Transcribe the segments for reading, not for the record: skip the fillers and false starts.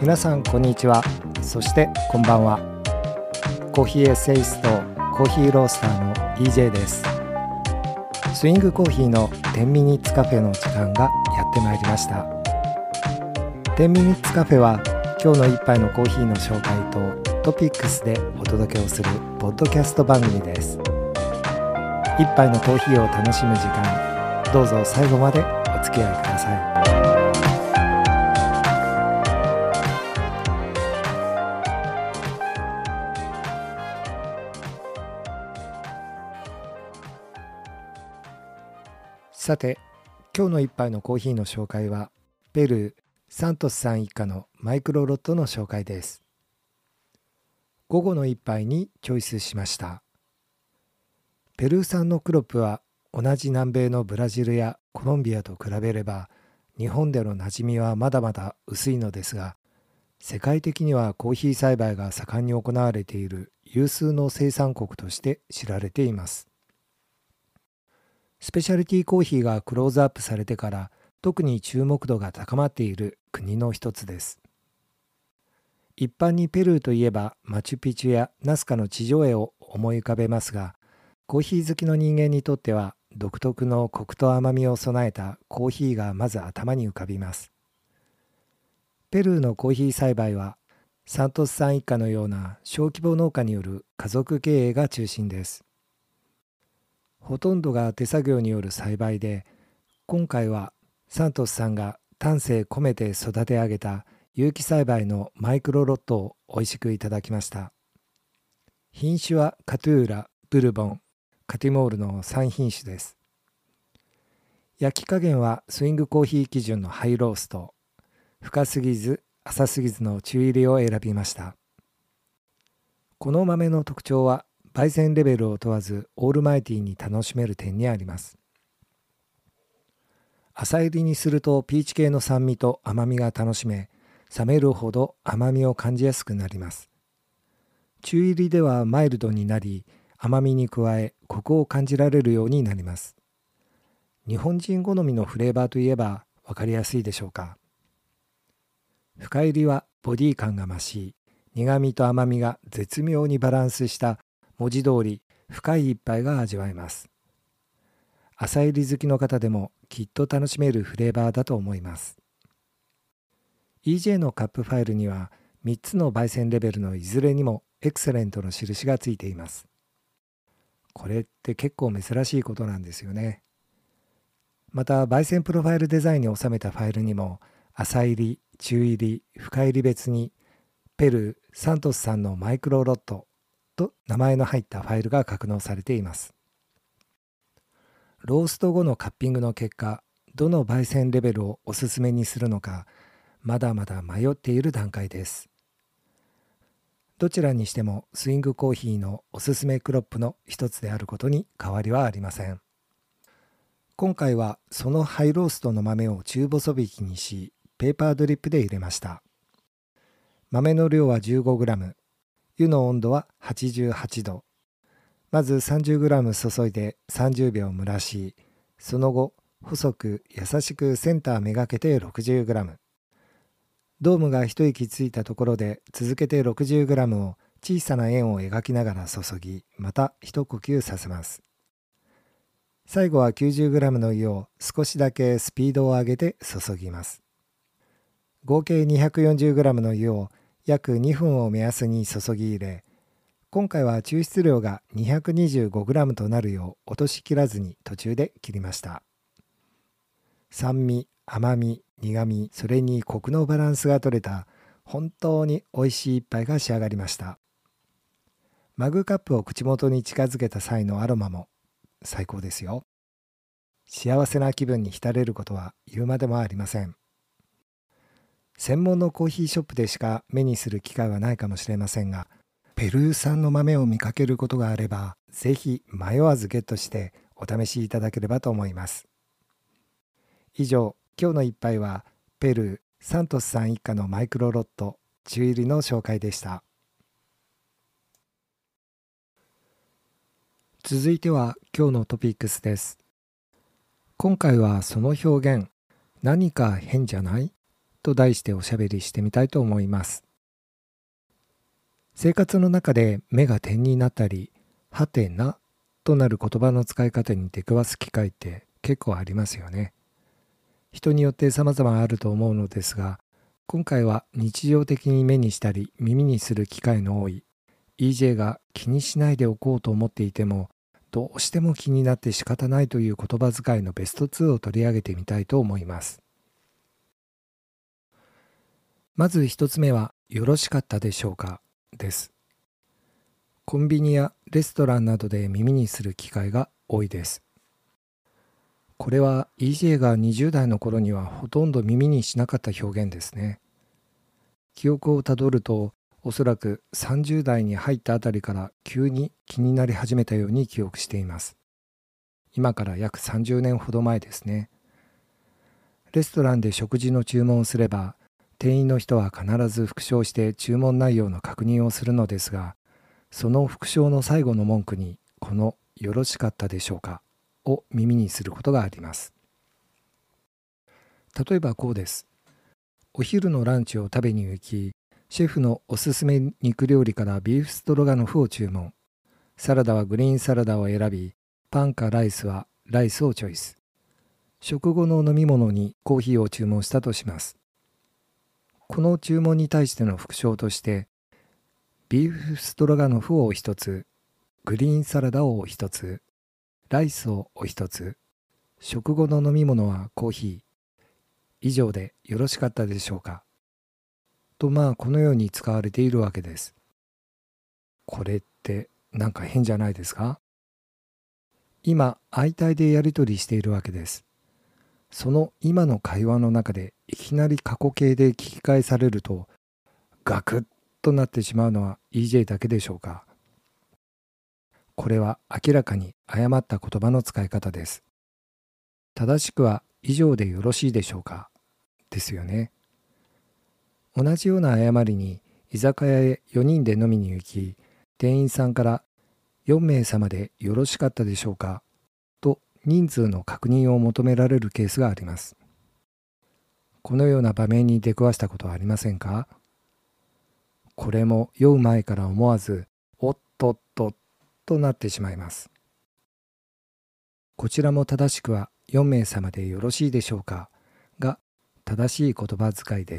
皆さんこんにちは、そしてこんばんは。コーヒーエッセイストコーヒーロースターの EJ です。スイングコーヒーの10ミニッツカフェの時間がやってまいりました。10ミニッツカフェは今日の一杯のコーヒーの紹介とトピックスでお届けをするポッドキャスト番組です。一杯のコーヒーを楽しむ時間、どうぞ最後までお付き合いください。さて、今日の一杯のコーヒーの紹介はペルーサントスさん一家のマイクロロットの紹介です。午後の一杯にチョイスしました。ペルー産のクロップは同じ南米のブラジルやコロンビアと比べれば日本での馴染みはまだまだ薄いのですが、世界的にはコーヒー栽培が盛んに行われている有数の生産国として知られています。スペシャリティコーヒーがクローズアップされてから特に注目度が高まっている国の一つです。一般にペルーといえばマチュピチュやナスカの地上絵を思い浮かべますが、コーヒー好きの人間にとっては独特のコクと甘みを備えたコーヒーがまず頭に浮かびます。ペルーのコーヒー栽培はサントスさん一家のような小規模農家による家族経営が中心です。ほとんどが手作業による栽培で、今回はサントスさんが丹精込めて育て上げた有機栽培のマイクロロットを美味しくいただきました。品種はカトゥーラ、ブルボン、カティモールの3品種です。焼き加減はスイングコーヒー基準のハイロースト、深すぎず浅すぎずの中入りを選びました。この豆の特徴は焙煎レベルを問わずオールマイティに楽しめる点にあります。浅入りにするとピーチ系の酸味と甘みが楽しめ、冷めるほど甘みを感じやすくなります。中入りではマイルドになり、甘みに加えコクを感じられるようになります。日本人好みのフレーバーといえば分かりやすいでしょうか。深入りはボディ感が増し、苦みと甘みが絶妙にバランスした文字通り深い一杯が味わえます。浅入り好きの方でもきっと楽しめるフレーバーだと思います。EJ のカップファイルには3つの焙煎レベルのいずれにもエクセレントの印がついています。これって結構珍しいことなんですよね。また焙煎プロファイルデザインに収めたファイルにも浅入り、中入り、深入り別にペルーサントスさんのマイクロロットと名前の入ったファイルが格納されています。ロースト後のカッピングの結果、どの焙煎レベルをおすすめにするのか、まだまだ迷っている段階です。どちらにしてもスイングコーヒーのおすすめクロップの一つであることに変わりはありません。今回はそのハイローストの豆を中細引きにし、ペーパードリップで入れました。豆の量は 15g、湯の温度は88度。まず 30g 注いで30秒蒸らし、その後細く優しくセンターめがけて 60g。ドームが一息ついたところで続けて 60g を小さな円を描きながら注ぎ、また一呼吸させます。最後は 90g の湯を少しだけスピードを上げて注ぎます。合計 240g の湯を約2分を目安に注ぎ入れ、今回は抽出量が 225g となるよう落としきらずに途中で切りました。酸味、甘み、苦み、それにコクのバランスが取れた本当に美味しい一杯が仕上がりました。マグカップを口元に近づけた際のアロマも最高ですよ。幸せな気分に浸れることは言うまでもありません。専門のコーヒーショップでしか目にする機会はないかもしれませんが、ペルー産の豆を見かけることがあれば、ぜひ迷わずゲットしてお試しいただければと思います。以上、今日の一杯はペルーサントスさん一家のマイクロロット中入りの紹介でした。続いては今日のトピックスです。今回はその表現、何か変じゃないと題しておしゃべりしてみたいと思います。生活の中で目が点になったり、はてなとなる言葉の使い方に出くわす機会って結構ありますよね。人によって様々あると思うのですが、今回は日常的に目にしたり耳にする機会の多い EJ が気にしないでおこうと思っていても、どうしても気になって仕方ないという言葉遣いのベスト2を取り上げてみたいと思います。まず一つ目は、よろしかったでしょうかです。コンビニやレストランなどで耳にする機会が多いです。これは EJ が20代の頃にはほとんど耳にしなかった表現ですね。記憶をたどると、おそらく30代に入ったあたりから急に気になり始めたように記憶しています。今から約30年ほど前ですね。レストランで食事の注文をすれば、店員の人は必ず復唱して注文内容の確認をするのですが、その復唱の最後の文句に、このよろしかったでしょうかを耳にすることがあります。例えばこうです。お昼のランチを食べに行き、シェフのおすすめ肉料理からビーフストロガノフを注文。サラダはグリーンサラダを選び、パンかライスはライスをチョイス。食後の飲み物にコーヒーを注文したとします。この注文に対しての復唱として、ビーフストロガノフを一つ、グリーンサラダを一つ、ライスをお一つ、食後の飲み物はコーヒー、以上でよろしかったでしょうかとこのように使われているわけです。これってなんか変じゃないですか？今、相対でやり取りしているわけです。その今の会話の中でいきなり過去形で聞き返されると、ガクッとなってしまうのは EJ だけでしょうか？これは明らかに誤った言葉の使い方です。正しくは以上でよろしいでしょうかですよね。同じような誤りに居酒屋へ4人で飲みに行き、店員さんから4名様でよろしかったでしょうかと人数の確認を求められるケースがあります。このような場面に出くわしたことはありませんか？これも酔う前から思わずおっとっととなってしまいます。こちらも正しくは4名様でよろしいでしょうかが正しい言葉遣いです。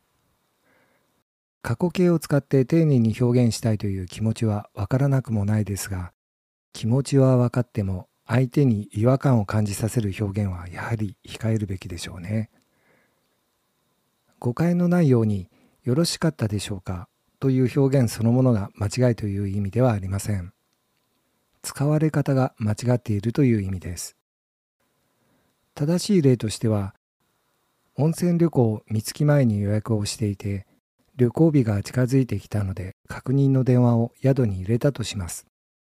過去形を使って丁寧に表現したいという気持ちはわからなくもないですが、気持ちは分かっても相手に違和感を感じさせる表現はやはり控えるべきでしょうね。誤解のないようによろしかったでしょうかという表現そのものが間違いという意味ではありません。使われ方が間違っているという意味です。正しい例としては、温泉旅行三月前に予約をしていて、旅行日が近づいてきたので確認の電話を宿に入れたとします。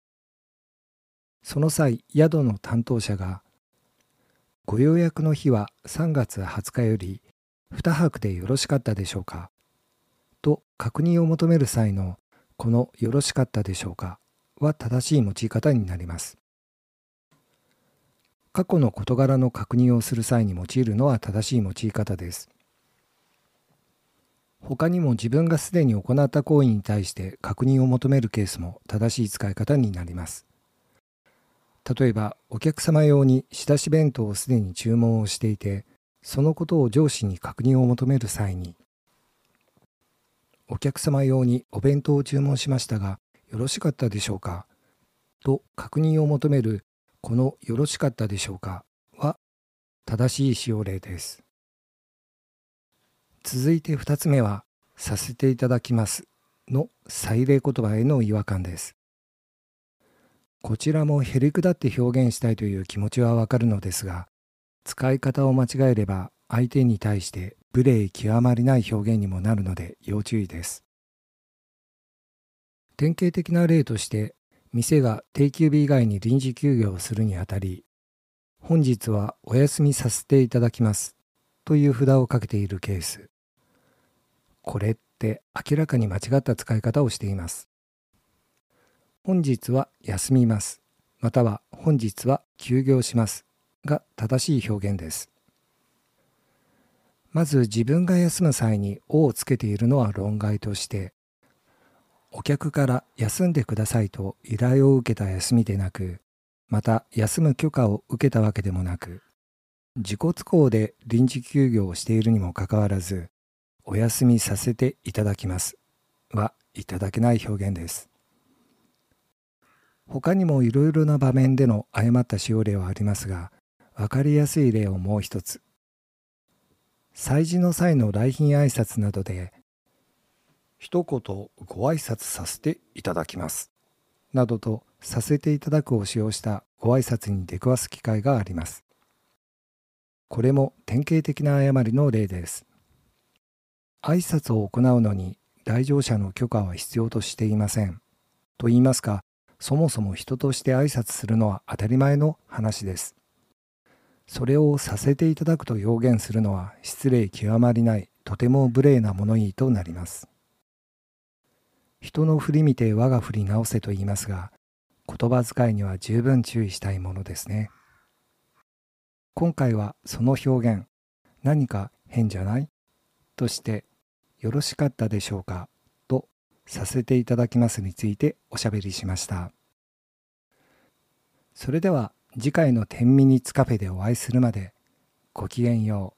その際、宿の担当者が、ご予約の日は3月20日より2泊でよろしかったでしょうかと確認を求める際のこのよろしかったでしょうかは正しい用い方になります。過去の事柄の確認をする際に用いるのは正しい用い方です。他にも自分がすでに行った行為に対して確認を求めるケースも正しい使い方になります。例えば、お客様用に仕出し弁当をすでに注文をしていて、そのことを上司に確認を求める際に、お客様用にお弁当を注文しましたが、よろしかったでしょうかと確認を求めるこのよろしかったでしょうかは正しい使用例です。続いて2つ目は、させていただきますの祭礼言葉への違和感です。こちらもへりくだって表現したいという気持ちはわかるのですが、使い方を間違えれば相手に対して無礼極まりない表現にもなるので要注意です。典型的な例として、店が定休日以外に臨時休業をするにあたり、本日はお休みさせていただきますという札をかけているケース。これって明らかに間違った使い方をしています。本日は休みます、または本日は休業しますが正しい表現です。 まず自分が休む際に「お」をつけているのは論外として、お客から休んでくださいと依頼を受けた休みでなく、また休む許可を受けたわけでもなく、自己都合で臨時休業をしているにもかかわらず、お休みさせていただきますはいただけない表現です。他にもいろいろな場面での誤った使用例はありますが、わかりやすい例をもう一つ。祭事の際の来賓挨拶などで、一言ご挨拶させていただきますなどとさせていただくを使用したご挨拶に出くわす機会があります。これも典型的な誤りの例です。挨拶を行うのに来場者の許可は必要としていません。と言いますか、そもそも人として挨拶するのは当たり前の話です。それをさせていただくと表現するのは失礼極まりない、とても無礼な物言いとなります。人の振り見て我が振り直せと言いますが、言葉遣いには十分注意したいものですね。今回はその表現、何か変じゃないとしてよろしかったでしょうかとさせていただきますについておしゃべりしました。それでは次回の10ミニッツカフェでお会いするまでごきげんよう。